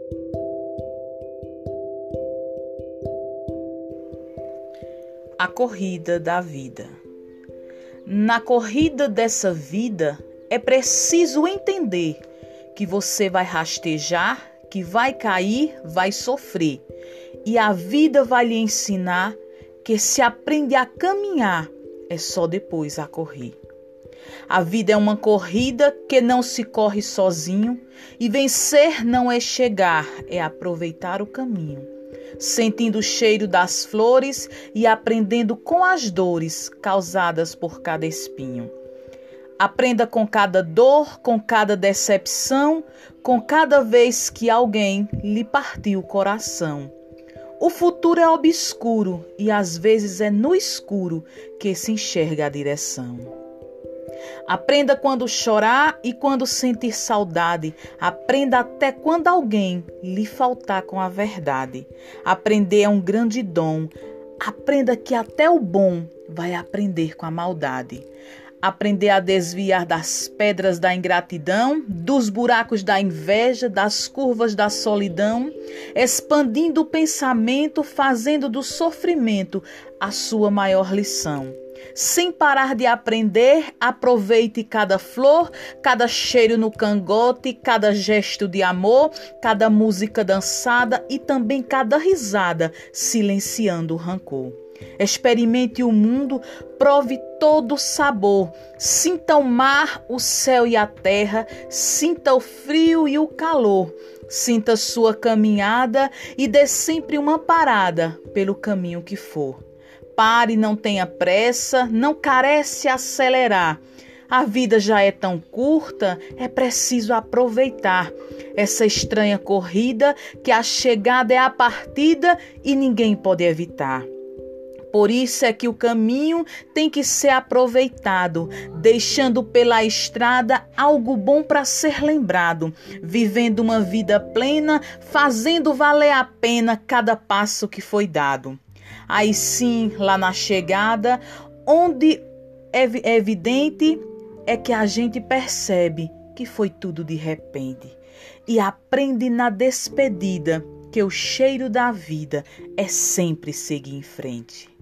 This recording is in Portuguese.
A corrida da vida. Na corrida dessa vida, é preciso entender que você vai rastejar, que vai cair, vai sofrer. E a vida vai lhe ensinar que se aprende a caminhar, é só depois a correr. A vida é uma corrida que não se corre sozinho, e vencer não é chegar, é aproveitar o caminho, sentindo o cheiro das flores e aprendendo com as dores causadas por cada espinho. Aprenda com cada dor, com cada decepção, com cada vez que alguém lhe partiu o coração. O futuro é obscuro e às vezes é no escuro que se enxerga a direção. Aprenda quando chorar e quando sentir saudade. Aprenda até quando alguém lhe faltar com a verdade. Aprender é um grande dom. Aprenda que até o bom vai aprender com a maldade. Aprender a desviar das pedras da ingratidão, dos buracos da inveja, das curvas da solidão, expandindo o pensamento, fazendo do sofrimento a sua maior lição. Sem parar de aprender, aproveite cada flor, cada cheiro no cangote, cada gesto de amor, cada música dançada e também cada risada, silenciando o rancor. Experimente o mundo, prove todo o sabor, sinta o mar, o céu e a terra, sinta o frio e o calor, sinta sua caminhada e dê sempre uma parada pelo caminho que for. Pare, não tenha pressa, não carece acelerar. A vida já é tão curta, é preciso aproveitar essa estranha corrida que a chegada é a partida e ninguém pode evitar. Por isso é que o caminho tem que ser aproveitado, deixando pela estrada algo bom para ser lembrado, vivendo uma vida plena, fazendo valer a pena cada passo que foi dado. Aí sim, lá na chegada, onde é evidente é que a gente percebe que foi tudo de repente e aprende na despedida que o cheiro da vida é sempre seguir em frente.